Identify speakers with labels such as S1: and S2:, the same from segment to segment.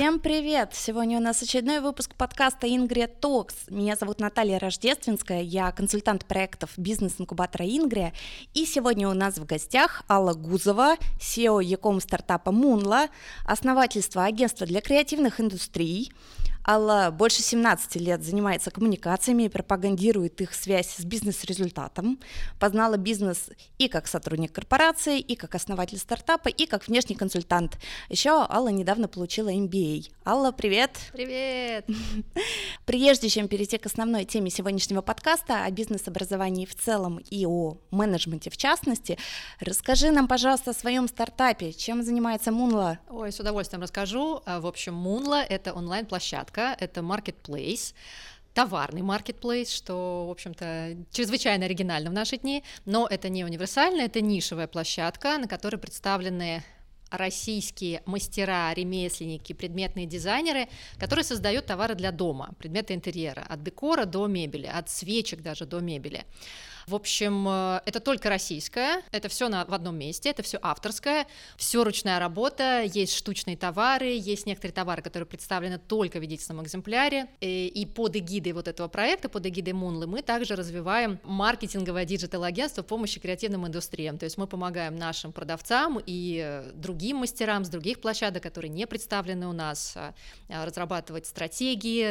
S1: Всем привет! Сегодня у нас очередной выпуск подкаста Ingria Talks. Меня зовут Наталья Рождественская, я консультант проектов бизнес-инкубатора Ingria. И сегодня у нас в гостях Алла Гузова, SEO e-com стартапа Moonla, основательство агентства для креативных индустрий. Алла больше 17 лет занимается коммуникациями и пропагандирует их связь с бизнес-результатом. Познала бизнес и как сотрудник корпорации, и как основатель стартапа, и как внешний консультант. Еще Алла недавно получила MBA. Алла, привет!
S2: Привет!
S1: Прежде чем перейти к основной теме сегодняшнего подкаста о бизнес-образовании в целом и о менеджменте в частности, расскажи нам, пожалуйста, о своем стартапе. Чем занимается Moonla?
S2: Ой, с удовольствием расскажу. В общем, Moonla — это онлайн-площадка, это marketplace, товарный marketplace, что, в общем-то, чрезвычайно оригинально в наши дни, но это не универсальная, это нишевая площадка, на которой представлены российские мастера, ремесленники, предметные дизайнеры, которые создают товары для дома, предметы интерьера, от декора до мебели, от свечек даже до мебели. В общем, это только российское, это все в одном месте, это все авторское, все ручная работа, есть штучные товары, есть некоторые товары, которые представлены только в единственном экземпляре, и под эгидой вот этого проекта, под эгидой Moonla мы также развиваем маркетинговое диджитал-агентство в помощи креативным индустриям, то есть мы помогаем нашим продавцам и другим мастерам с других площадок, которые не представлены у нас, разрабатывать стратегии,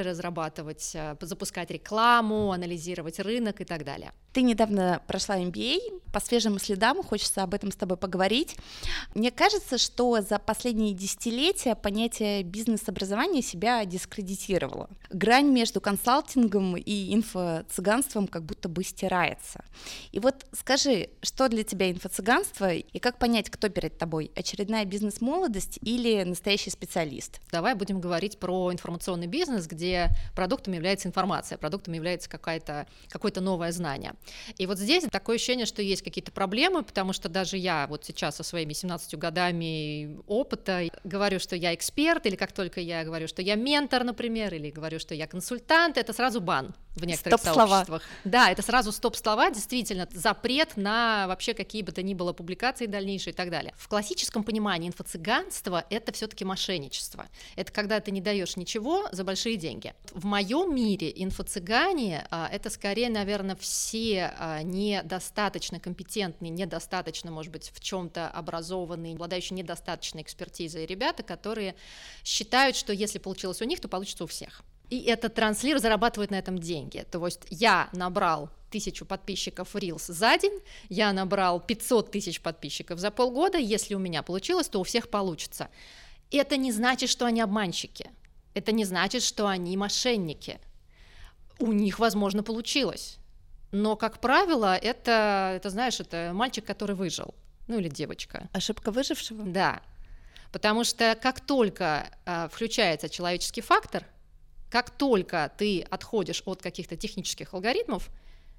S2: запускать рекламу, анализировать рынок и так далее.
S1: Ты недавно прошла MBA, по свежим следам, хочется об этом с тобой поговорить. Мне кажется, что за последние десятилетия понятие бизнес-образования себя дискредитировало. Грань между консалтингом и инфо-цыганством как будто бы стирается. И вот скажи, что для тебя инфо-цыганство и как понять, кто перед тобой, очередная бизнес-молодость или настоящий специалист?
S2: Давай будем говорить про информационный бизнес, где продуктом является информация, продуктом является какое-то новое знание. И вот здесь такое ощущение, что есть какие-то проблемы, потому что даже я вот сейчас со своими 17 годами опыта говорю, что я эксперт, или как только я говорю, что я ментор, например, или говорю, что я консультант, это сразу бан в некоторых сообществах. Да, это сразу стоп-слова, действительно, запрет на вообще какие бы то ни было публикации дальнейшие и так далее. В классическом понимании инфо-цыганство — это все-таки мошенничество. Это когда ты не даешь ничего за большие деньги. В моем мире инфо-цыгане — это скорее, наверное, все недостаточно компетентные, недостаточно, может быть, в чем-то образованные, обладающие недостаточной экспертизой ребята, которые считают, что если получилось у них, то получится у всех. И этот транслир зарабатывает на этом деньги. То есть я набрал 1000 подписчиков в Reels за день, я набрал 500 тысяч подписчиков за полгода, если у меня получилось, то у всех получится. Это не значит, что они обманщики, это не значит, что они мошенники. У них, возможно, получилось. Но, как правило, это, знаешь, это мальчик, который выжил, ну или девочка.
S1: Ошибка выжившего?
S2: Да, потому что как только включается человеческий фактор, как только ты отходишь от каких-то технических алгоритмов,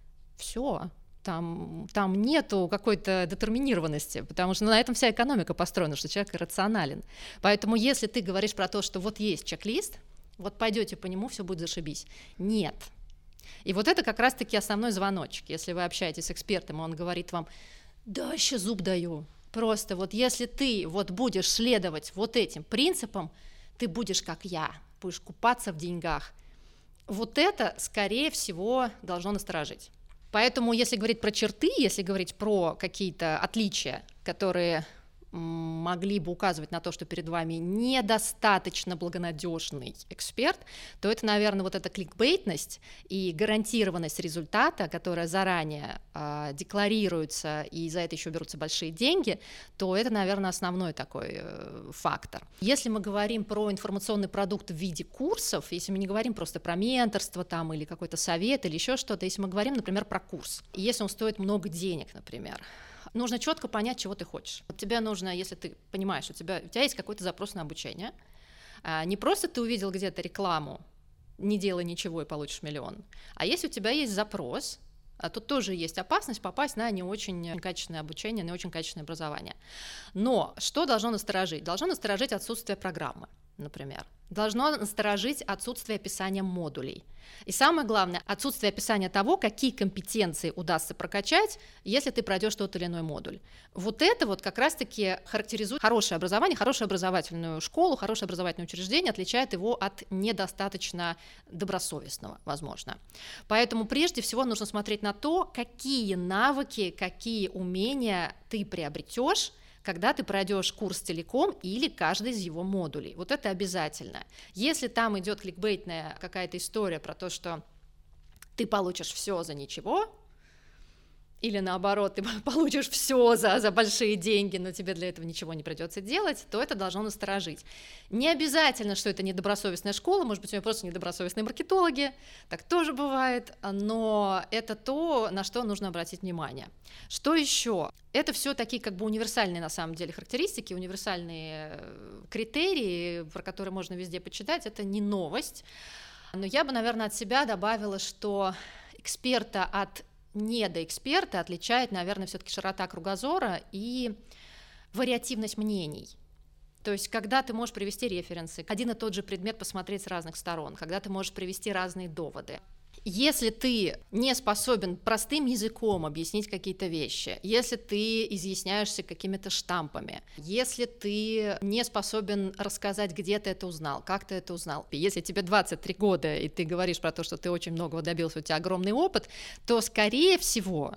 S2: все, там нету какой-то детерминированности, потому что на этом вся экономика построена, что человек рационален. Поэтому если ты говоришь про то, что вот есть чек-лист, вот пойдете по нему, все будет зашибись. Нет. И вот это как раз-таки основной звоночек. Если вы общаетесь с экспертом, и он говорит вам: да, еще зуб даю. Просто вот если ты вот будешь следовать вот этим принципам, ты будешь как я, будешь купаться в деньгах. Вот это, скорее всего, должно насторожить. Поэтому, если говорить про черты, если говорить про какие-то отличия, которые могли бы указывать на то, что перед вами недостаточно благонадежный эксперт, то это, наверное, вот эта кликбейтность и гарантированность результата, которая заранее декларируется, и за это еще берутся большие деньги, то это, наверное, основной такой фактор. Если мы говорим про информационный продукт в виде курсов, если мы не говорим просто про менторство там, или какой-то совет, или еще что-то, если мы говорим, например, про курс, и если он стоит много денег, например, нужно четко понять, чего ты хочешь. Вот тебе нужно, если ты понимаешь, у тебя есть какой-то запрос на обучение, не просто ты увидел где-то рекламу, не делай ничего и получишь миллион, а если у тебя есть запрос, тут тоже есть опасность попасть на не очень качественное обучение, на не очень качественное образование. Но что должно насторожить? Должно насторожить отсутствие программы, например. Должно насторожить отсутствие описания модулей. И самое главное, отсутствие описания того, какие компетенции удастся прокачать, если ты пройдешь тот или иной модуль. Вот это вот как раз-таки характеризует хорошее образование, хорошую образовательную школу, хорошее образовательное учреждение, отличает его от недостаточно добросовестного, возможно. Поэтому прежде всего нужно смотреть на то, какие навыки, какие умения ты приобретешь, когда ты пройдешь курс целиком или каждый из его модулей. Вот это обязательно. Если там идет кликбейтная какая-то история про то, что ты получишь все за ничего, или наоборот, ты получишь все за большие деньги, но тебе для этого ничего не придется делать, то это должно насторожить. Не обязательно, что это недобросовестная школа, может быть, у нее просто недобросовестные маркетологи, так тоже бывает, но это то, на что нужно обратить внимание. Что еще? Это все такие как бы универсальные на самом деле характеристики, универсальные критерии, про которые можно везде почитать, это не новость, но я бы, наверное, от себя добавила, что эксперта от недоэксперта отличает, наверное, все-таки широта кругозора и вариативность мнений. То есть, когда ты можешь привести референсы, один и тот же предмет посмотреть с разных сторон, когда ты можешь привести разные доводы. Если ты не способен простым языком объяснить какие-то вещи, если ты изъясняешься какими-то штампами, если ты не способен рассказать, где ты это узнал, как ты это узнал, если тебе 23 года, и ты говоришь про то, что ты очень многого добился, у тебя огромный опыт, то, скорее всего,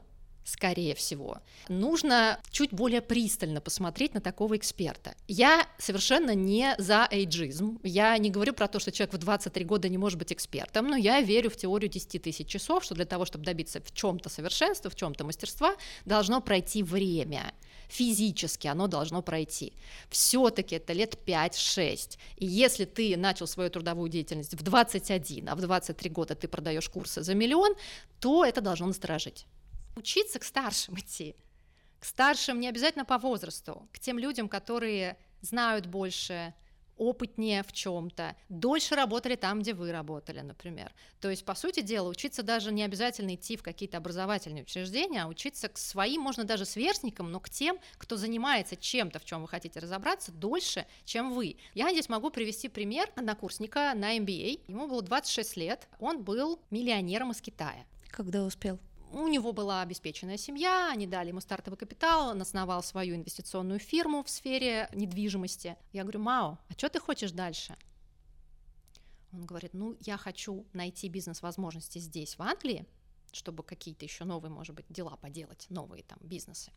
S2: нужно чуть более пристально посмотреть на такого эксперта. Я совершенно не за эйджизм, я не говорю про то, что человек в 23 года не может быть экспертом, но я верю в теорию 10 тысяч часов, что для того, чтобы добиться в чем-то совершенства, в чем-то мастерства, должно пройти время. Физически оно должно пройти. Все-таки это лет 5-6. И если ты начал свою трудовую деятельность в 21, а в 23 года ты продаешь курсы за 1 миллион, то это должно насторожить. Учиться к старшим идти. К старшим не обязательно по возрасту, к тем людям, которые знают больше, опытнее в чем-то, дольше работали там, где вы работали, например. То есть, по сути дела, учиться даже не обязательно идти в какие-то образовательные учреждения, а учиться к своим, можно даже сверстникам, но к тем, кто занимается чем-то, в чем вы хотите разобраться, дольше, чем вы. Я здесь могу привести пример однокурсника на MBA. Ему было 26 лет, он был миллионером из Китая.
S1: Когда успел?
S2: У него была обеспеченная семья, они дали ему стартовый капитал, он основал свою инвестиционную фирму в сфере недвижимости. Я говорю: Мао, а что ты хочешь дальше? Он говорит: я хочу найти бизнес-возможности здесь, в Англии, чтобы какие-то еще новые, может быть, дела поделать, новые там бизнесы.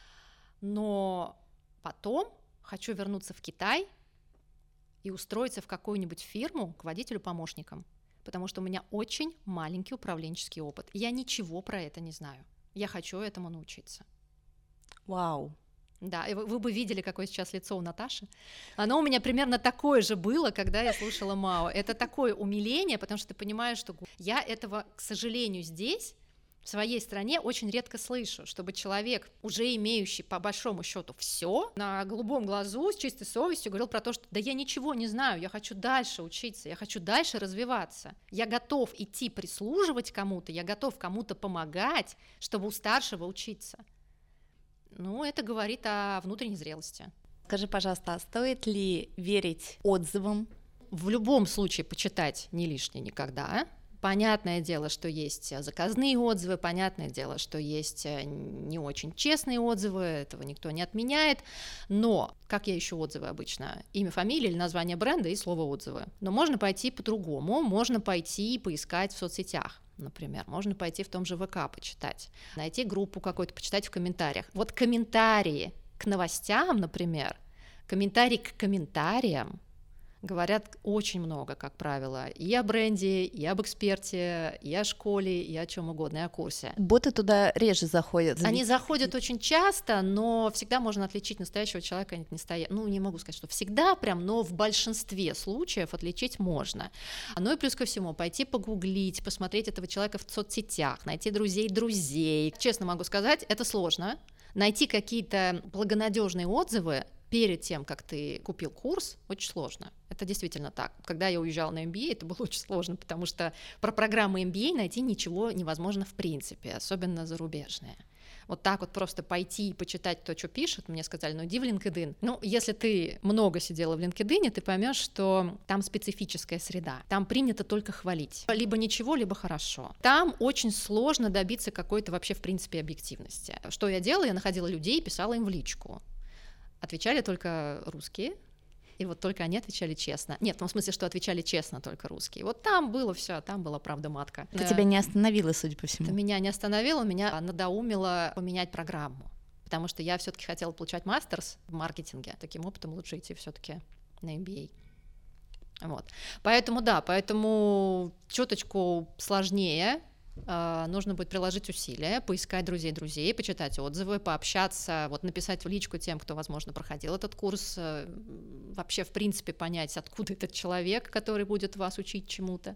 S2: Но потом хочу вернуться в Китай и устроиться в какую-нибудь фирму к водителю-помощникам, потому что у меня очень маленький управленческий опыт. Я ничего про это не знаю. Я хочу этому научиться.
S1: Вау.
S2: Да, и вы бы видели, какое сейчас лицо у Наташи. Оно у меня примерно такое же было, когда я слушала Мао. Это такое умиление, потому что ты понимаешь, что я этого, к сожалению, здесь, в своей стране, очень редко слышу, чтобы человек, уже имеющий по большому счету все, на голубом глазу, с чистой совестью говорил про то, что да я ничего не знаю, я хочу дальше учиться, я хочу дальше развиваться, я готов идти прислуживать кому-то, я готов кому-то помогать, чтобы у старшего учиться. Это говорит о внутренней зрелости.
S1: Скажи, пожалуйста, а стоит ли верить отзывам?
S2: В любом случае почитать не лишнее никогда. Понятное дело, что есть заказные отзывы, понятное дело, что есть не очень честные отзывы, этого никто не отменяет, но, как я ищу отзывы обычно? Имя, фамилия или название бренда и слово отзывы. Но можно пойти по-другому, можно пойти и поискать в соцсетях. Например, можно пойти в том же ВК почитать, найти группу какую-то, почитать в комментариях. Вот комментарии к новостям, например, комментарии к комментариям говорят очень много, как правило, и о бренде, и об эксперте, и о школе, и о чем угодно, и о курсе.
S1: Боты туда реже заходят.
S2: Они заходят очень часто, но всегда можно отличить настоящего человека от настоящего. Не могу сказать, что всегда прям, но в большинстве случаев отличить можно. И плюс ко всему, пойти погуглить, посмотреть этого человека в соцсетях, найти друзей. Честно могу сказать, это сложно. Найти какие-то благонадежные отзывы перед тем, как ты купил курс, очень сложно. Это действительно так. Когда я уезжала на MBA, это было очень сложно, потому что про программы MBA найти ничего невозможно в принципе, особенно зарубежные. Вот так вот просто пойти и почитать, кто что пишет, мне сказали, ну иди в LinkedIn. Ну, если ты много сидела в LinkedIn, ты поймешь, что там специфическая среда, там принято только хвалить. Либо ничего, либо хорошо. Там очень сложно добиться какой-то вообще, в принципе, объективности. Что я делала? Я находила людей и писала им в личку. Отвечали только русские, и вот только они отвечали честно. Нет, в смысле, что отвечали честно только русские. Вот там было все, там была правда матка.
S1: Это тебя не остановило, судя по всему?
S2: Это меня не остановило, меня надоумило поменять программу, потому что я все-таки хотела получать мастерс в маркетинге. Таким опытом лучше идти все-таки на MBA. Вот. Поэтому чуточку сложнее. Нужно будет приложить усилия, поискать друзей, почитать отзывы, пообщаться, вот написать в личку тем, кто, возможно, проходил этот курс, вообще, в принципе, понять, откуда этот человек, который будет вас учить чему-то.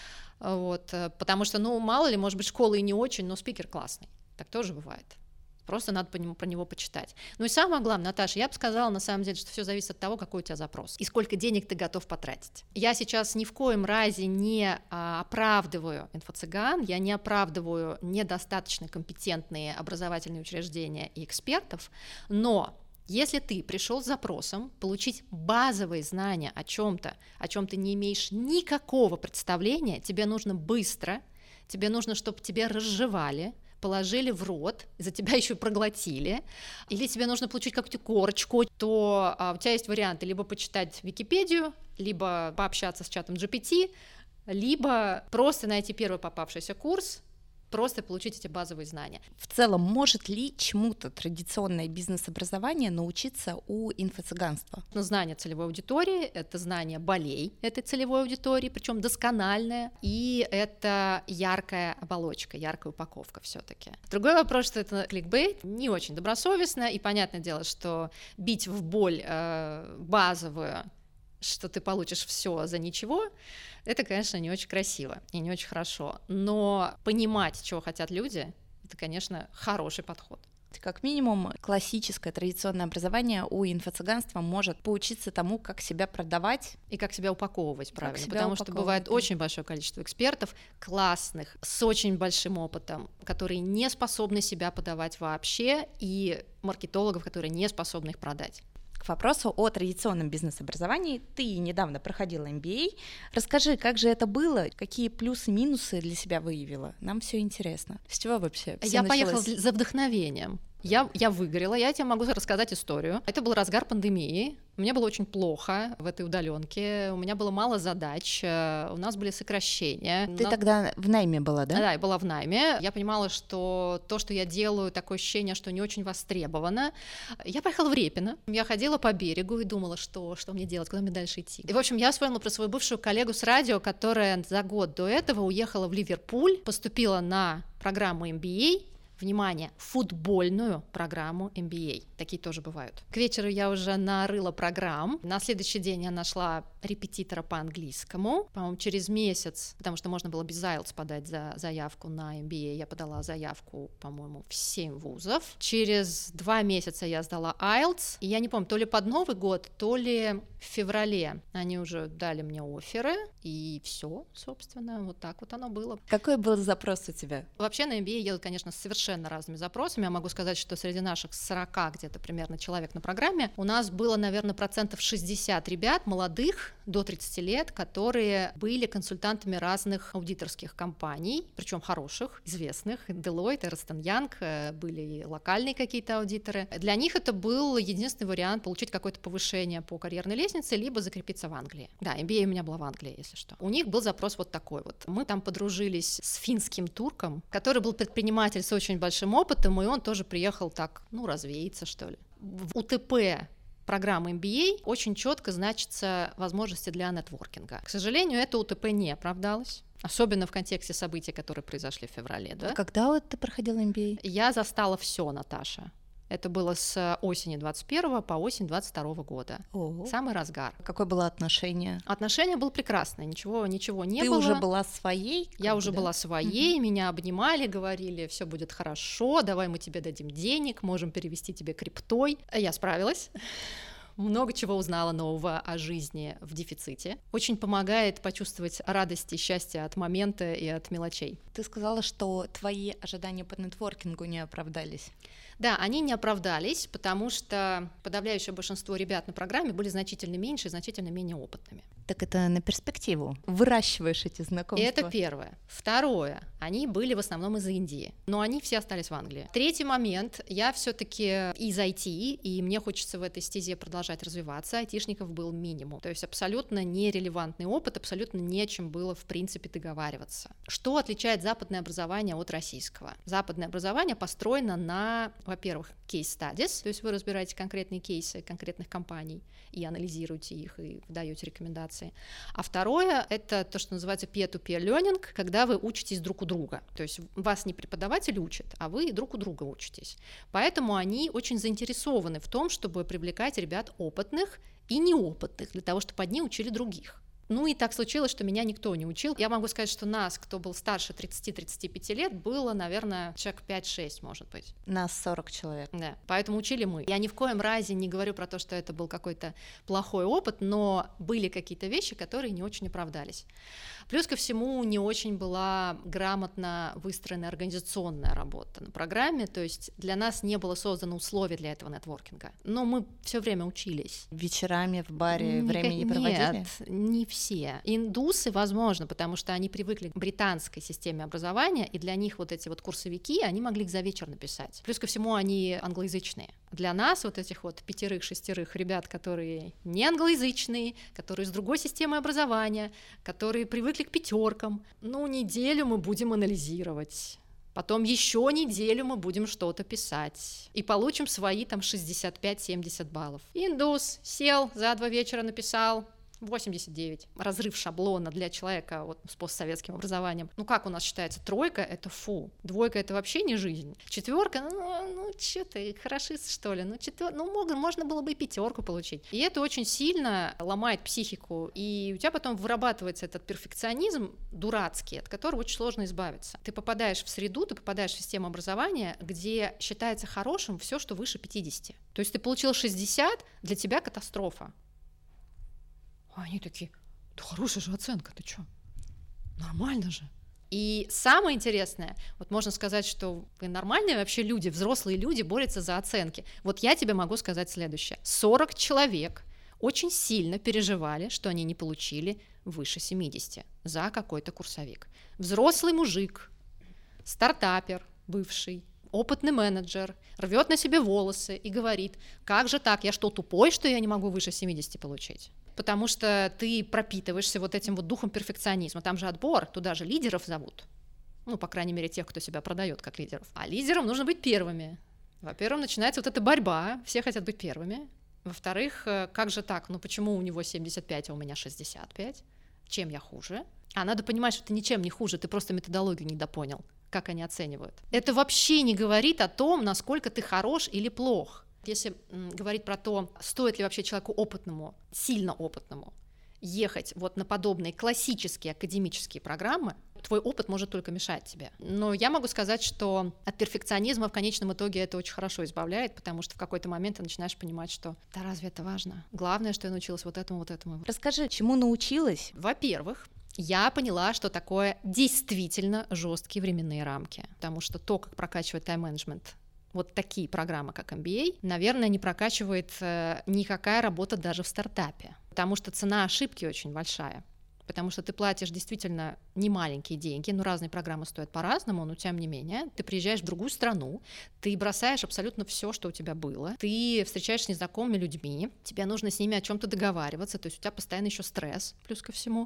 S2: Вот. Потому что, мало ли, может быть, школа и не очень, но спикер классный. Так тоже бывает. Просто надо про него почитать. Ну и самое главное, Наташа, я бы сказала, на самом деле, что все зависит от того, какой у тебя запрос и сколько денег ты готов потратить. Я сейчас ни в коем разе не оправдываю инфо-цыган, я не оправдываю недостаточно компетентные образовательные учреждения и экспертов, но если ты пришел с запросом получить базовые знания о чем-то, о чем ты не имеешь никакого представления, тебе нужно быстро, тебе нужно, чтобы тебе разжевали, положили в рот, за тебя еще проглотили, или тебе нужно получить какую-то корочку, то у тебя есть варианты либо почитать Википедию, либо пообщаться с чатом GPT, либо просто найти первый попавшийся курс, просто получить эти базовые знания.
S1: В целом, может ли чему-то традиционное бизнес-образование научиться у инфо-цыганства?
S2: Знание целевой аудитории — это знание болей этой целевой аудитории, причем доскональное, и это яркая оболочка, яркая упаковка все-таки. Другой вопрос, что это кликбейт, не очень добросовестно, и понятное дело, что бить в боль базовую, что ты получишь все за ничего, это, конечно, не очень красиво и не очень хорошо. Но понимать, чего хотят люди, это, конечно, хороший подход.
S1: Как минимум, классическое традиционное образование у инфо-цыганства может поучиться тому, как себя продавать.
S2: И как себя упаковывать правильно. Потому что бывает очень большое количество экспертов, классных, с очень большим опытом, которые не способны себя подавать вообще, и маркетологов, которые не способны их продать.
S1: К вопросу о традиционном бизнес-образовании. Ты недавно проходила MBA. Расскажи, как же это было, какие плюсы-минусы для себя выявила? Нам все интересно. С чего вообще все началось?
S2: Поехала за вдохновением. Я выгорела, я тебе могу рассказать историю. Это был разгар пандемии, мне было очень плохо в этой удаленке, у меня было мало задач, у нас были сокращения.
S1: Ты тогда в найме была, да?
S2: Да, я была в найме. Я понимала, что то, что я делаю, такое ощущение, что не очень востребовано. Я поехала в Репино, я ходила по берегу и думала, что мне делать, куда мне дальше идти. И, в общем, я вспомнила про свою бывшую коллегу с радио, которая за год до этого уехала в Ливерпуль, поступила на программу MBA, внимание, футбольную программу MBA. Такие тоже бывают. К вечеру я уже нарыла программ. На следующий день я нашла репетитора по английскому. По-моему, через месяц, потому что можно было без IELTS подать заявку на MBA, я подала заявку, по-моему, в 7 вузов. Через 2 месяца я сдала IELTS. И я не помню, то ли под Новый год, то ли в феврале они уже дали мне офферы. И все, собственно, вот так вот оно было.
S1: Какой был запрос у тебя?
S2: Вообще на MBA едут, конечно, совершенно разными запросами. Я могу сказать, что среди наших 40 где-то примерно человек на программе у нас было, наверное, 60% ребят молодых до 30 лет, которые были консультантами разных аудиторских компаний, причем хороших, известных, Deloitte, Ernst & Young, были и локальные какие-то аудиторы. Для них это был единственный вариант получить какое-то повышение по карьерной лестнице, либо закрепиться в Англии. Да, MBA у меня была в Англии, если что. У них был запрос вот такой вот. Мы там подружились с финским турком, который был предприниматель с очень большим опытом, и он тоже приехал так, развеяться, что ли. В УТП программы MBA очень четко значатся возможности для нетворкинга. К сожалению, это УТП не оправдалось. Особенно в контексте событий, которые произошли в феврале. Да?
S1: А когда вот ты проходила MBA?
S2: Я застала все, Наташа. Это было с осени 21 по осень 22 года.
S1: Ого.
S2: Самый разгар.
S1: Какое было отношение?
S2: Отношение было прекрасное, ничего не было.
S1: Ты уже была своей?
S2: Я уже была своей, меня обнимали, говорили, все будет хорошо, давай мы тебе дадим денег, можем перевести тебе криптой. Я справилась. много чего узнала нового о жизни в дефиците. Очень помогает почувствовать радость и счастье от момента и от мелочей.
S1: Ты сказала, что твои ожидания по нетворкингу не оправдались.
S2: Да, они не оправдались, потому что подавляющее большинство ребят на программе были значительно меньше и значительно менее опытными.
S1: Так это на перспективу. Выращиваешь эти знакомства.
S2: И это первое. Второе. Они были в основном из Индии, но они все остались в Англии. Третий момент. Я все-таки из IT, и мне хочется в этой стезе продолжать развиваться. Айтишников был минимум. То есть абсолютно нерелевантный опыт, абсолютно не о чем было в принципе договариваться. Что отличает западное образование от российского? Западное образование построено на, во-первых, case-studies, то есть вы разбираете конкретные кейсы конкретных компаний и анализируете их, и даете рекомендации. А второе — это то, что называется peer-to-peer learning, когда вы учитесь друг у друга. То есть вас не преподаватель учит, а вы друг у друга учитесь. Поэтому они очень заинтересованы в том, чтобы привлекать ребят опытных и неопытных, для того, чтобы одни учили других. Ну и так случилось, что меня никто не учил. Я могу сказать, что нас, кто был старше 30-35 лет, было, наверное, человек 5-6, может быть.
S1: Нас 40 человек.
S2: Да, поэтому учили мы. Я ни в коем разе не говорю про то, что это был какой-то плохой опыт, но были какие-то вещи, которые не очень оправдались. Плюс ко всему, не очень была грамотно выстроена организационная работа на программе, то есть для нас не было создано условий для этого нетворкинга. Но мы все время учились.
S1: Вечерами в баре время не проводили?
S2: Нет, не все. Индусы, возможно, потому что они привыкли к британской системе образования, и для них вот эти вот курсовики, они могли за вечер написать. Плюс ко всему, они англоязычные. Для нас, вот этих вот 5-6 ребят, которые не англоязычные, которые с другой системой образования, которые привыкли к пятеркам, ну, неделю мы будем анализировать. Потом еще неделю мы будем что-то писать. И получим свои там 65-70 баллов. Индус сел, за 2 вечера написал 89. Разрыв шаблона для человека вот, с постсоветским образованием. Ну как у нас считается? 3 — это фу. 2 — это вообще не жизнь. 4 — ну что ты, хорошист, что ли? Ну, 4, можно было бы и 5 получить. И это очень сильно ломает психику. И у тебя потом вырабатывается этот перфекционизм дурацкий, от которого очень сложно избавиться. Ты попадаешь в среду, ты попадаешь в систему образования, где считается хорошим все, что выше 50. То есть ты получил 60, для тебя катастрофа. А они такие: да хорошая же оценка, ты чё? Нормально же. И самое интересное, вот можно сказать, что вы нормальные вообще люди, взрослые люди борются за оценки. Вот я тебе могу сказать следующее. 40 человек очень сильно переживали, что они не получили выше 70 за какой-то курсовик. Взрослый мужик, стартапер бывший, опытный менеджер, рвет на себе волосы и говорит: как же так, я что, тупой, что я не могу выше 70 получить? Потому что ты пропитываешься вот этим вот духом перфекционизма. Там же отбор, туда же лидеров зовут. Ну, по крайней мере, тех, кто себя продает как лидеров. А лидерам нужно быть первыми. Во-первых, начинается вот эта борьба, все хотят быть первыми. Во-вторых, как же так, ну почему у него 75, а у меня 65? Чем я хуже? А надо понимать, что ты ничем не хуже, ты просто методологию недопонял, как они оценивают. Это вообще не говорит о том, насколько ты хорош или плох. Если говорить про то, стоит ли вообще человеку опытному, сильно опытному, ехать вот на подобные классические академические программы, твой опыт может только мешать тебе. Но я могу сказать, что от перфекционизма в конечном итоге это очень хорошо избавляет, потому что в какой-то момент ты начинаешь понимать, что да разве это важно? Главное, что я научилась вот этому, вот этому.
S1: Расскажи, чему научилась?
S2: Во-первых, я поняла, что такое действительно жесткие временные рамки, потому что то, как прокачивает тайм-менеджмент вот такие программы, как MBA, наверное, не прокачивает никакая работа даже в стартапе, потому что цена ошибки очень большая. Потому что ты платишь действительно немаленькие деньги, но разные программы стоят по-разному, но тем не менее, ты приезжаешь в другую страну, ты бросаешь абсолютно все, что у тебя было, ты встречаешься с незнакомыми людьми, тебе нужно с ними о чем-то договариваться, то есть у тебя постоянно еще стресс, плюс ко всему,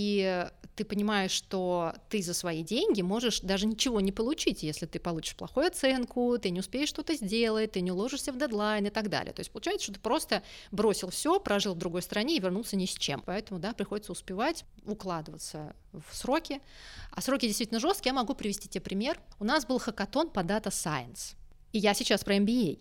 S2: и ты понимаешь, что ты за свои деньги можешь даже ничего не получить, если ты получишь плохую оценку, ты не успеешь что-то сделать, ты не уложишься в дедлайн и так далее. То есть получается, что ты просто бросил все, прожил в другой стране и вернулся ни с чем. Поэтому, да, приходится успевать, укладываться в сроки. А сроки действительно жесткие. Я могу привести тебе пример. У нас был хакатон по Data Science. И я сейчас про MBA.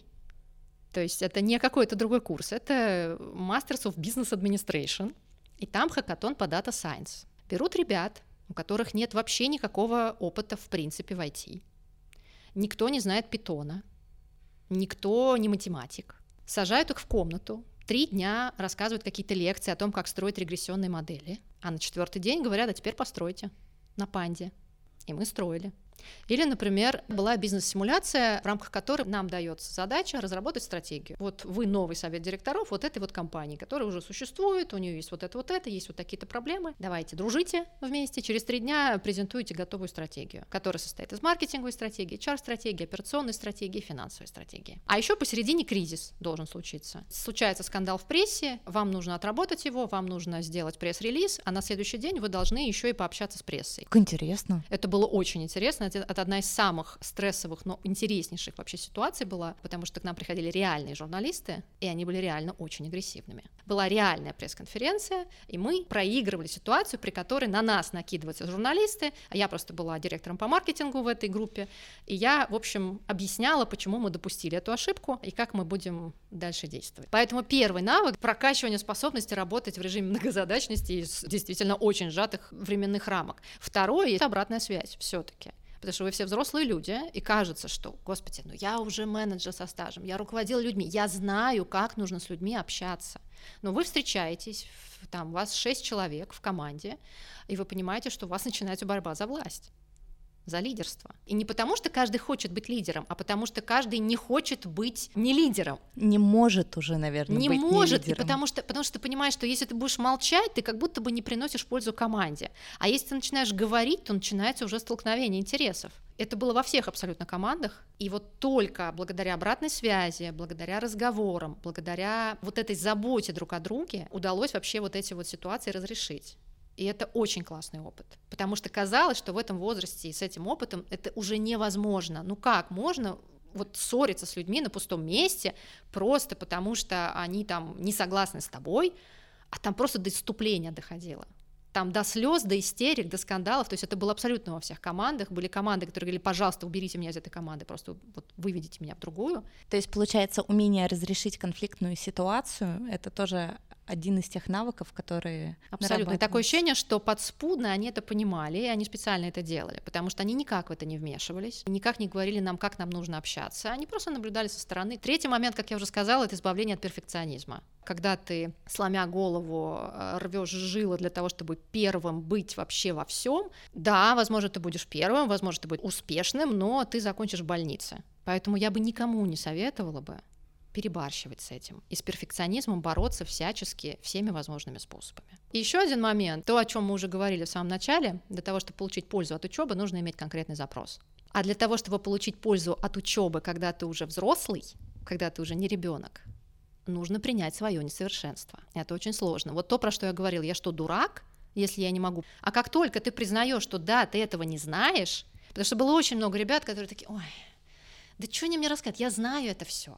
S2: То есть это не какой-то другой курс. Это Masters of Business Administration. И там хакатон по Data Science. Берут ребят, у которых нет вообще никакого опыта в принципе в IT. Никто не знает питона. Никто не математик. Сажают их в комнату. 3 дня рассказывают какие-то лекции о том, как строить регрессионные модели, а на 4-й день говорят: а теперь постройте на Панде. И мы строили. Или, например, была бизнес-симуляция, в рамках которой нам дается задача разработать стратегию. Вот вы новый совет директоров вот этой вот компании, которая уже существует, у нее есть вот это, есть вот такие-то проблемы. Давайте дружите вместе, через 3 дня презентуйте готовую стратегию, которая состоит из маркетинговой стратегии, HR-стратегии, операционной стратегии, финансовой стратегии. А еще посередине кризис должен случиться. Случается скандал в прессе, вам нужно отработать его, вам нужно сделать пресс-релиз, а на следующий день вы должны еще и пообщаться с прессой.
S1: Как интересно.
S2: Это было очень интересно. Это одна из самых стрессовых, но интереснейших вообще ситуаций была, потому что к нам приходили реальные журналисты, и они были реально очень агрессивными. Была реальная пресс-конференция, и мы проигрывали ситуацию, при которой на нас накидываются журналисты, а я просто была директором по маркетингу в этой группе, и я, в общем, объясняла, почему мы допустили эту ошибку и как мы будем дальше действовать. Поэтому первый навык — прокачивание способности работать в режиме многозадачности из действительно очень сжатых временных рамок. Второе — это обратная связь все-таки. Потому что вы все взрослые люди, и кажется, что, господи, ну я уже менеджер со стажем, я руководил людьми, я знаю, как нужно с людьми общаться. Но вы встречаетесь, там у вас 6 человек в команде, и вы понимаете, что у вас начинается борьба за власть, за лидерство. И не потому, что каждый хочет быть лидером, а потому что каждый не хочет быть не лидером.
S1: Не может уже, наверное,
S2: не
S1: быть
S2: может,
S1: не лидером.
S2: Потому что ты понимаешь, что если ты будешь молчать, ты как будто бы не приносишь пользу команде. А если ты начинаешь говорить, то начинается уже столкновение интересов. Это было во всех абсолютно командах, и вот только благодаря обратной связи, благодаря разговорам, благодаря вот этой заботе друг о друге удалось вообще вот эти вот ситуации разрешить. И это очень классный опыт, потому что казалось, что в этом возрасте и с этим опытом это уже невозможно. Ну как можно вот ссориться с людьми на пустом месте просто потому, что они там не согласны с тобой, а там просто до исступления доходило. Там до слез, до истерик, до скандалов, то есть это было абсолютно во всех командах. Были команды, которые говорили: пожалуйста, уберите меня из этой команды, просто вот выведите меня в другую.
S1: То есть, получается, умение разрешить конфликтную ситуацию — это тоже один из тех навыков, которые
S2: абсолютно. Такое ощущение, что подспудно они это понимали, и они специально это делали, потому что они никак в это не вмешивались, никак не говорили нам, как нам нужно общаться, они просто наблюдали со стороны. Третий момент, как я уже сказала, это избавление от перфекционизма. Когда ты, сломя голову, рвешь жилы для того, чтобы первым быть вообще во всем, да, возможно, ты будешь первым, возможно, ты будешь успешным, но ты закончишь в больнице. Поэтому я бы никому не советовала бы перебарщивать с этим и с перфекционизмом бороться всячески всеми возможными способами. И еще один момент, то, о чем мы уже говорили в самом начале: для того, чтобы получить пользу от учебы, нужно иметь конкретный запрос. А для того, чтобы получить пользу от учебы, когда ты уже взрослый, когда ты уже не ребенок, нужно принять свое несовершенство. Это очень сложно. Вот то, про что я говорила: я что, дурак, если я не могу? А как только ты признаешь, что да, ты этого не знаешь, потому что было очень много ребят, которые такие: ой, да что они мне рассказывают, я знаю это все.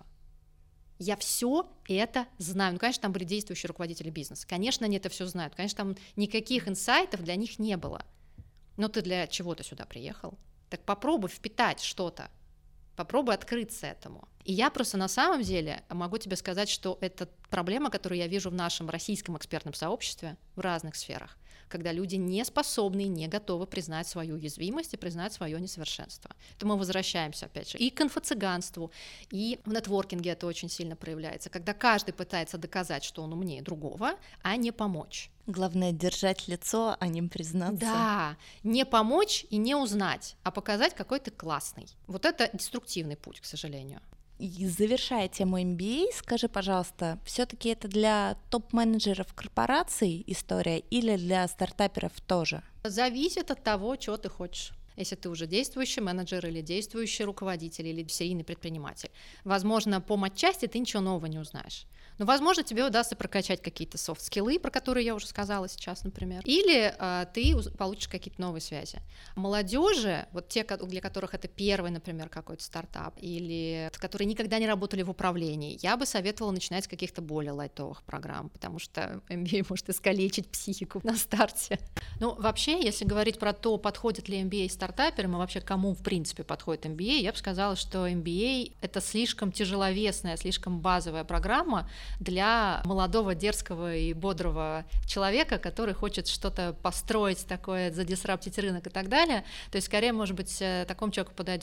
S2: Я все это знаю. Ну, конечно, там были действующие руководители бизнеса. Конечно, они это все знают. Конечно, там никаких инсайтов для них не было. Но ты для чего-то сюда приехал. Так попробуй впитать что-то. Попробуй открыться этому. И я просто на самом деле могу тебе сказать, что это проблема, которую я вижу в нашем российском экспертном сообществе в разных сферах, когда люди не способны и не готовы признать свою уязвимость и признать свое несовершенство. Это мы возвращаемся, опять же, и к инфо-цыганству, и в нетворкинге это очень сильно проявляется, когда каждый пытается доказать, что он умнее другого, а не помочь.
S1: Главное — держать лицо, а не признаться.
S2: Да, не помочь и не узнать, а показать, какой ты классный. Вот это деструктивный путь, к сожалению.
S1: И завершая тему MBA, скажи, пожалуйста, все-таки это для топ-менеджеров корпораций история или для стартаперов тоже?
S2: Зависит от того, чего ты хочешь. Если ты уже действующий менеджер или действующий руководитель или серийный предприниматель, возможно, по матчасти ты ничего нового не узнаешь. Но, возможно, тебе удастся прокачать какие-то софт-скиллы, про которые я уже сказала сейчас, например. Или ты получишь какие-то новые связи. Молодежи, вот те, для которых это первый, например, какой-то стартап, или которые никогда не работали в управлении, я бы советовала начинать с каких-то более лайтовых программ, потому что MBA может искалечить психику на старте. Ну, вообще, если говорить про то, подходит ли MBA стартаперам, и вообще кому, в принципе, подходит MBA, я бы сказала, что MBA — это слишком тяжеловесная, слишком базовая программа для молодого, дерзкого и бодрого человека, который хочет что-то построить такое, задисраптить рынок и так далее. То есть, скорее, может быть, такому человеку подойдет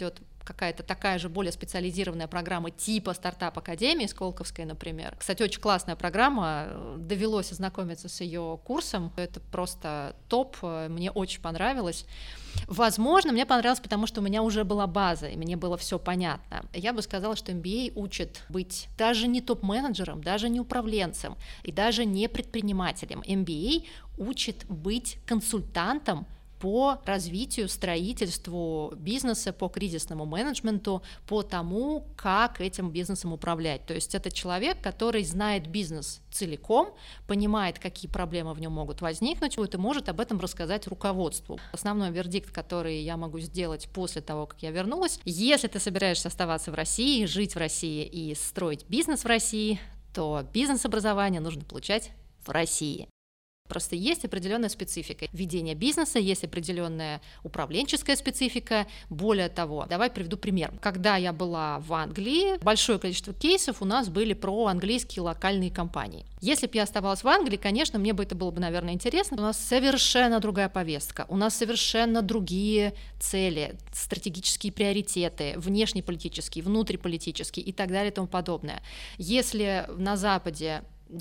S2: какая-то такая же более специализированная программа типа стартап-академии Сколковской, например. Кстати, очень классная программа, довелось ознакомиться с ее курсом, это просто топ, мне очень понравилось. Возможно, мне понравилось, потому что у меня уже была база, и мне было все понятно. Я бы сказала, что MBA учит быть даже не топ-менеджером, даже не управленцем и даже не предпринимателем. MBA учит быть консультантом по развитию, строительству бизнеса, по кризисному менеджменту, по тому, как этим бизнесом управлять. То есть это человек, который знает бизнес целиком, понимает, какие проблемы в нем могут возникнуть, и может об этом рассказать руководству. Основной вердикт, который я могу сделать после того, как я вернулась: если ты собираешься оставаться в России, жить в России и строить бизнес в России, то бизнес-образование нужно получать в России. Просто есть определенная специфика ведения бизнеса, есть определенная управленческая специфика. Более того, давай приведу пример. Когда я была в Англии, большое количество кейсов у нас были про английские локальные компании. Если бы я оставалась в Англии, конечно, мне бы это было бы, наверное, интересно. У нас совершенно другая повестка, у нас совершенно другие цели, стратегические приоритеты, внешнеполитические, внутриполитические и так далее и тому подобное. Если на Западе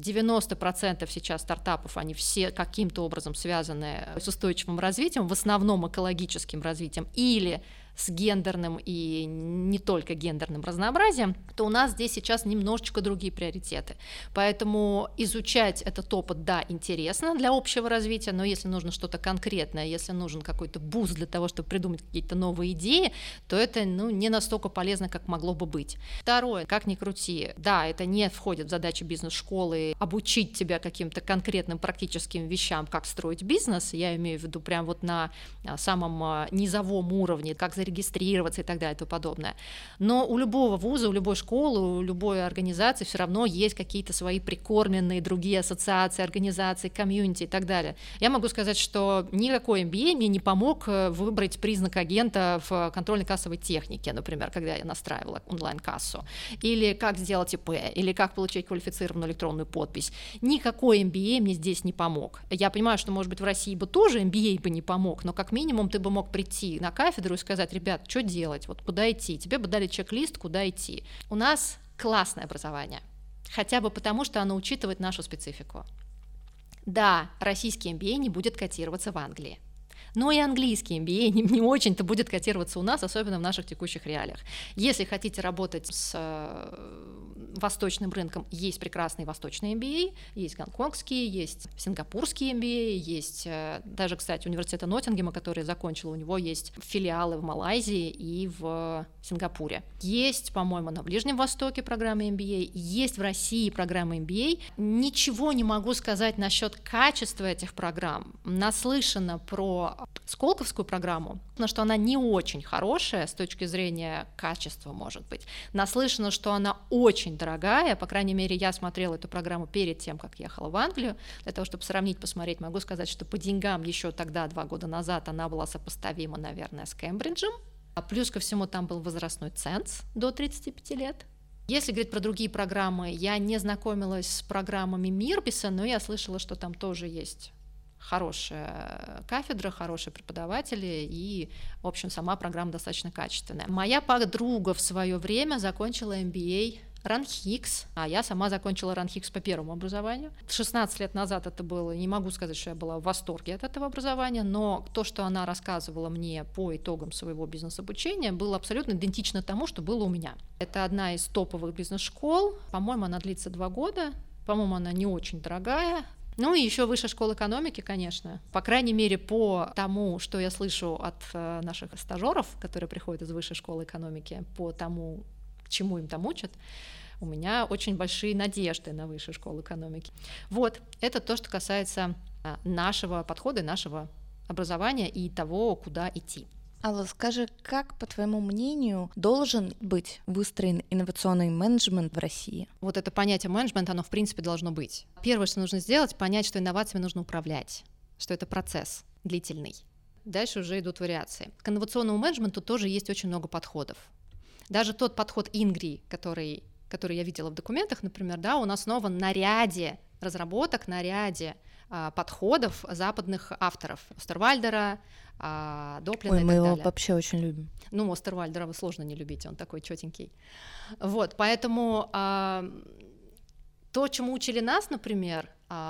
S2: 90% сейчас стартапов, они все каким-то образом связаны с устойчивым развитием, в основном экологическим развитием или с гендерным и не только гендерным разнообразием, то у нас здесь сейчас немножечко другие приоритеты. Поэтому изучать этот опыт, да, интересно для общего развития, но если нужно что-то конкретное, если нужен какой-то буст для того, чтобы придумать какие-то новые идеи, то это не настолько полезно, как могло бы быть. Второе, как ни крути, да, это не входит в задачи бизнес-школы обучить тебя каким-то конкретным практическим вещам, как строить бизнес, я имею в виду прям вот на самом низовом уровне, как зарегистрироваться и так далее и тому подобное. Но у любого вуза, у любой школы, у любой организации все равно есть какие-то свои прикормленные другие ассоциации, организации, комьюнити и так далее. Я могу сказать, что никакой MBA мне не помог выбрать признак агента в контрольно-кассовой технике, например, когда я настраивала онлайн-кассу, или как сделать ИП, или как получить квалифицированную электронную подпись. Никакой MBA мне здесь не помог. Я понимаю, что, может быть, в России бы тоже MBA бы не помог, но как минимум ты бы мог прийти на кафедру и сказать: ребят, что делать, вот куда идти, тебе бы дали чек-лист, куда идти. У нас классное образование, хотя бы потому, что оно учитывает нашу специфику. Да, российский MBA не будет котироваться в Англии, но и английский MBA не очень-то будет котироваться у нас, особенно в наших текущих реалиях. Если хотите работать с восточным рынком, есть прекрасный восточный MBA, есть гонконгский, есть сингапурский MBA, есть даже, кстати, университет Ноттингема, который я закончила, у него есть филиалы в Малайзии и в Сингапуре. Есть, по-моему, на Ближнем Востоке программы MBA, есть в России программы MBA. Ничего не могу сказать насчет качества этих программ. Наслышана про Сколковскую программу, но что она не очень хорошая с точки зрения качества, может быть. Наслышана, что она очень дорогая, по крайней мере, я смотрела эту программу перед тем, как ехала в Англию, для того, чтобы сравнить, посмотреть, могу сказать, что по деньгам еще тогда, 2 года назад, она была сопоставима, наверное, с Кембриджем, а плюс ко всему там был возрастной ценз до 35 лет. Если говорить про другие программы, я не знакомилась с программами Мирбиса, но я слышала, что там тоже есть хорошая кафедра, хорошие преподаватели, и, в общем, сама программа достаточно качественная. Моя подруга в свое время закончила MBA РАНХИКС, а я сама закончила РАНХИКС по первому образованию. 16 лет назад это было, не могу сказать, что я была в восторге от этого образования, но то, что она рассказывала мне по итогам своего бизнес-обучения, было абсолютно идентично тому, что было у меня. Это одна из топовых бизнес-школ, по-моему, она длится 2 года, по-моему, она не очень дорогая. Ну и еще Высшая школа экономики, конечно. По крайней мере, по тому, что я слышу от наших стажеров, которые приходят из Высшей школы экономики, по тому, к чему им там учат, у меня очень большие надежды на Высшую школу экономики. Вот, это то, что касается нашего подхода, нашего образования и того, куда идти.
S1: Алла, скажи, как, по твоему мнению, должен быть выстроен инновационный менеджмент в России?
S2: Вот это понятие менеджмент, оно в принципе должно быть. Первое, что нужно сделать, понять, что инновациями нужно управлять, что это процесс длительный. Дальше уже идут вариации. К инновационному менеджменту тоже есть очень много подходов. Даже тот подход INGRI, который я видела в документах, например, да, он основан на ряде разработок на ряде подходов западных авторов. Остервальдера, Доплина и так
S1: мы
S2: далее.
S1: его вообще очень любим.
S2: Ну, Остервальдера вы сложно не любить, он такой чётенький. Вот, поэтому то, чему учили нас, например,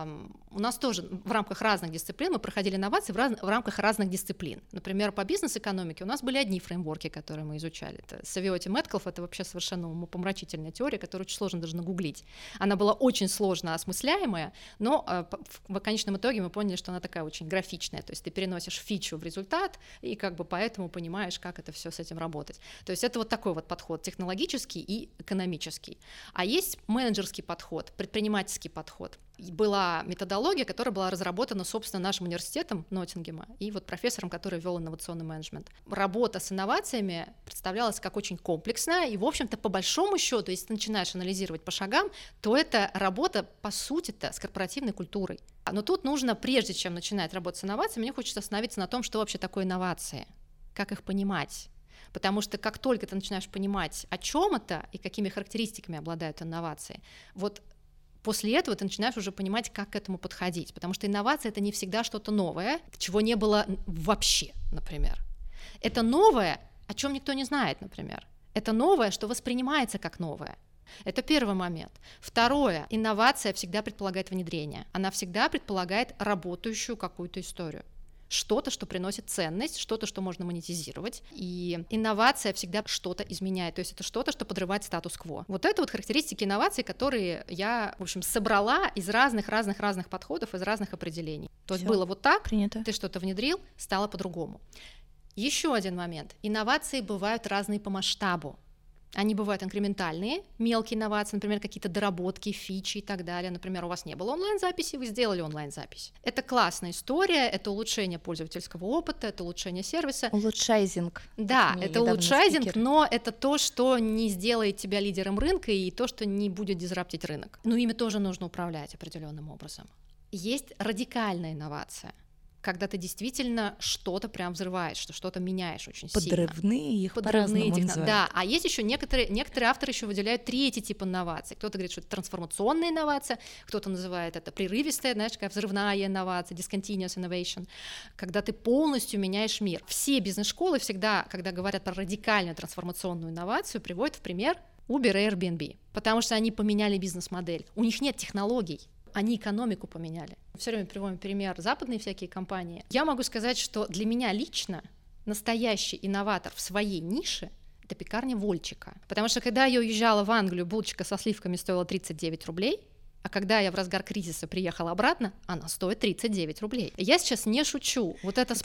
S2: у нас тоже в рамках разных дисциплин мы проходили инновации в рамках разных дисциплин. Например, по бизнес-экономике у нас были одни фреймворки, которые мы изучали. Это Савиоти Мэткалф, это вообще совершенно умопомрачительная теория, которую очень сложно даже нагуглить. Она была очень сложно осмысляемая, но в конечном итоге мы поняли, что она такая очень графичная, то есть ты переносишь фичу в результат и как бы поэтому понимаешь, как это все с этим работать. То есть это вот такой вот подход технологический и экономический. А есть менеджерский подход, предпринимательский подход. Была методология, которая была разработана, собственно, нашим университетом Ноттингема и вот профессором, который вел инновационный менеджмент. Работа с инновациями представлялась как очень комплексная, и, в общем-то, по большому счету, если ты начинаешь анализировать по шагам, то это работа, по сути-то, с корпоративной культурой. Но тут нужно, прежде чем начинать работать с инновациями, мне хочется остановиться на том, что вообще такое инновации, как их понимать. Потому что как только ты начинаешь понимать, о чем это и какими характеристиками обладают инновации, вот после этого ты начинаешь уже понимать, как к этому подходить, потому что инновация — это не всегда что-то новое, чего не было вообще, например. Это новое, о чем никто не знает, например. Это новое, что воспринимается как новое. Это первый момент. Второе, инновация всегда предполагает внедрение. Она всегда предполагает работающую какую-то историю. Что-то, что приносит ценность, что-то, что можно монетизировать. И инновация всегда что-то изменяет, то есть это что-то, что подрывает статус-кво. Вот это вот характеристики инноваций, которые я, в общем, собрала из разных подходов, из разных определений. То есть было вот так,
S1: принято.
S2: Ты что-то внедрил, стало по-другому. Еще один момент. Инновации бывают разные по масштабу. Они бывают инкрементальные, мелкие инновации, например, какие-то доработки, фичи и так далее. Например, у вас не было онлайн-записи, вы сделали онлайн-запись. Это классная история, это улучшение пользовательского опыта, это улучшение сервиса.
S1: Улучшайзинг.
S2: Да, это улучшайзинг, но это то, что не сделает тебя лидером рынка и то, что не будет дизраптить рынок. Но ими тоже нужно управлять определенным образом. Есть радикальная инновация, когда ты действительно что-то прям взрываешь, что-то меняешь очень сильно.
S1: Подрывные их по-разному называют.
S2: Да, а есть еще некоторые авторы еще выделяют третий тип инноваций. Кто-то говорит, что это трансформационная инновация, кто-то называет это прерывистая, знаешь, такая взрывная инновация, discontinuous innovation, когда ты полностью меняешь мир. Все бизнес-школы всегда, когда говорят про радикальную трансформационную инновацию, приводят в пример Uber и Airbnb, потому что они поменяли бизнес-модель. У них нет технологий. Они экономику поменяли. Все время приводим пример западные всякие компании. Я могу сказать, что для меня лично настоящий инноватор в своей нише — это пекарня Вольчика. Потому что когда я уезжала в Англию, булочка со сливками стоила 39 рублей, а когда я в разгар кризиса приехала обратно, она стоит 39 рублей. Я сейчас не шучу. Вот эта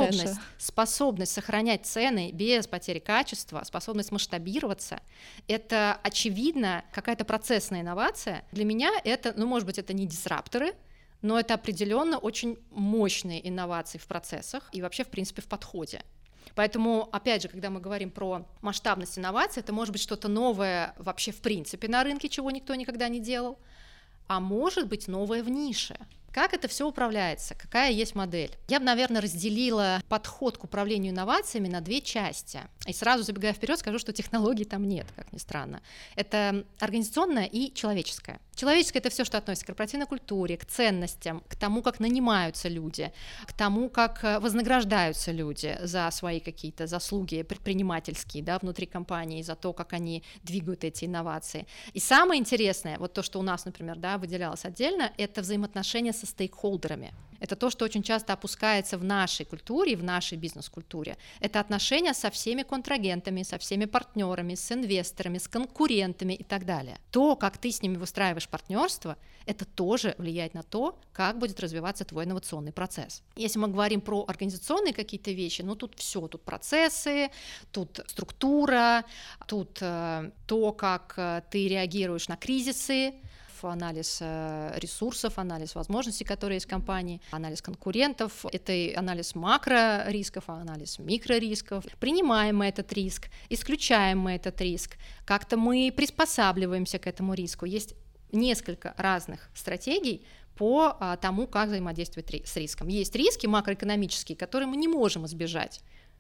S2: способность сохранять цены без потери качества, способность масштабироваться, это, очевидно, какая-то процессная инновация. Для меня это, может быть, это не дисрапторы, но это определенно очень мощные инновации в процессах и вообще, в принципе, в подходе. Поэтому, опять же, когда мы говорим про масштабность инноваций, это может быть что-то новое вообще в принципе на рынке, чего никто никогда не делал, а может быть новое в нише. Как это все управляется? Какая есть модель? Я бы, наверное, разделила подход к управлению инновациями на две части. И сразу забегая вперед, скажу, что технологий там нет, как ни странно. Это организационное и человеческое. Человеческое — это все, что относится к корпоративной культуре, к ценностям, к тому, как нанимаются люди, к тому, как вознаграждаются люди за свои какие-то заслуги предпринимательские, да, внутри компании, за то, как они двигают эти инновации. И самое интересное, вот то, что у нас, например, да, выделялось отдельно, это взаимоотношения со стейкхолдерами. Это то, что очень часто опускается в нашей культуре, в нашей бизнес-культуре. Это отношения со всеми контрагентами, со всеми партнерами, с инвесторами, с конкурентами и так далее. То, как ты с ними выстраиваешь партнерство, это тоже влияет на то, как будет развиваться твой инновационный процесс. Если мы говорим про организационные какие-то вещи, тут все, тут процессы, тут структура, тут то, как ты реагируешь на кризисы, анализ ресурсов, анализ возможностей, которые есть в компании, анализ конкурентов, это анализ макрорисков, анализ микрорисков. Принимаем мы этот риск, исключаем мы этот риск, как-то мы приспосабливаемся к этому риску. Есть несколько разных стратегий по тому, как взаимодействовать с риском. Есть риски макроэкономические, которые мы не можем избежать,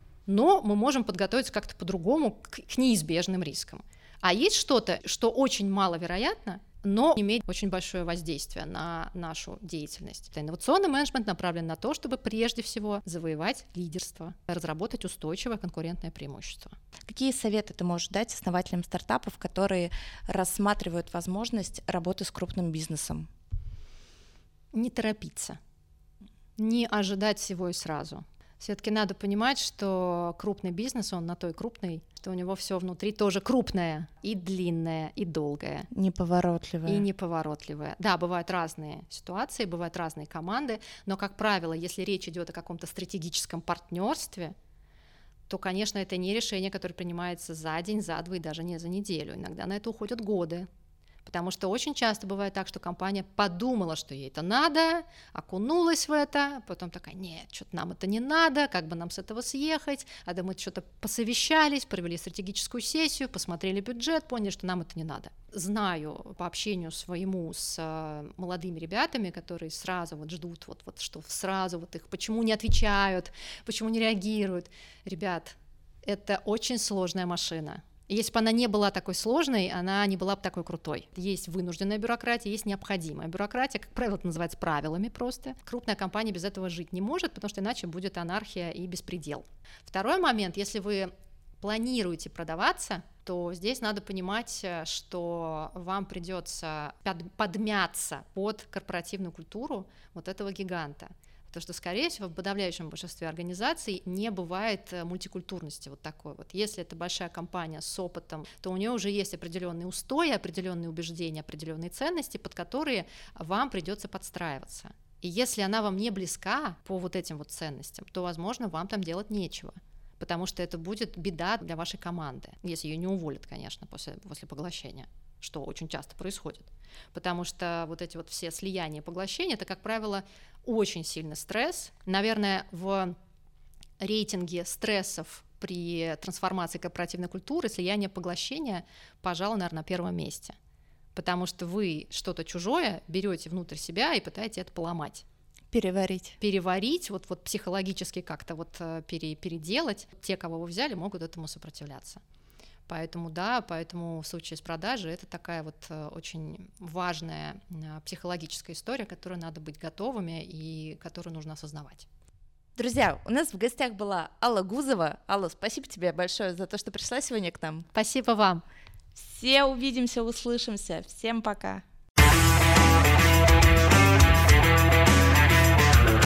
S2: но мы можем подготовиться как-то по-другому к неизбежным рискам. А есть что-то, что очень маловероятно, но имеет очень большое воздействие на нашу деятельность. Инновационный менеджмент направлен на то, чтобы прежде всего завоевать лидерство, разработать устойчивое конкурентное преимущество.
S1: Какие советы ты можешь дать основателям стартапов, которые рассматривают возможность работы с крупным бизнесом?
S2: Не торопиться, не ожидать всего и сразу. Все-таки надо понимать, что крупный бизнес, он на той крупный, что у него все внутри тоже крупное, и длинное, и долгое.
S1: Неповоротливое.
S2: И неповоротливое. Да, бывают разные ситуации, бывают разные команды, но, как правило, если речь идет о каком-то стратегическом партнерстве, то, конечно, это не решение, которое принимается за день, за два и даже не за неделю. Иногда на это уходят годы. Потому что очень часто бывает так, что компания подумала, что ей это надо, окунулась в это, потом такая: нет, что-то нам это не надо, как бы нам с этого съехать, а да мы что-то посовещались, провели стратегическую сессию, посмотрели бюджет, поняли, что нам это не надо. Знаю по общению своему с молодыми ребятами, которые сразу вот ждут, вот что сразу вот их, почему не отвечают, почему не реагируют. Ребят, это очень сложная машина. Если бы она не была такой сложной, она не была бы такой крутой. Есть вынужденная бюрократия, есть необходимая бюрократия, как правило, это называется правилами просто. Крупная компания без этого жить не может, потому что иначе будет анархия и беспредел. Второй момент, если вы планируете продаваться, то здесь надо понимать, что вам придется подмяться под корпоративную культуру вот этого гиганта. Потому что, скорее всего, в подавляющем большинстве организаций не бывает мультикультурности вот такой вот. Если это большая компания с опытом, то у нее уже есть определенные устои, определенные убеждения, определенные ценности, под которые вам придется подстраиваться. И если она вам не близка по вот этим вот ценностям, то, возможно, вам там делать нечего, потому что это будет беда для вашей команды, если ее не уволят, конечно, после поглощения, что очень часто происходит. Потому что вот эти вот все слияния и поглощения, это, как правило, очень сильный стресс. Наверное, в рейтинге стрессов при трансформации корпоративной культуры слияние поглощения, пожалуй, наверное, на первом месте. Потому что вы что-то чужое берете внутрь себя и пытаетесь это поломать. Переварить, вот психологически как-то вот переделать. Те, кого вы взяли, могут этому сопротивляться. Поэтому в случае с продажей это такая вот очень важная психологическая история, к которой надо быть готовыми и которую нужно осознавать.
S1: Друзья, у нас в гостях была Алла Гузова. Алла, спасибо тебе большое за то, что пришла сегодня к нам.
S2: Спасибо вам.
S1: Все увидимся, услышимся. Всем пока.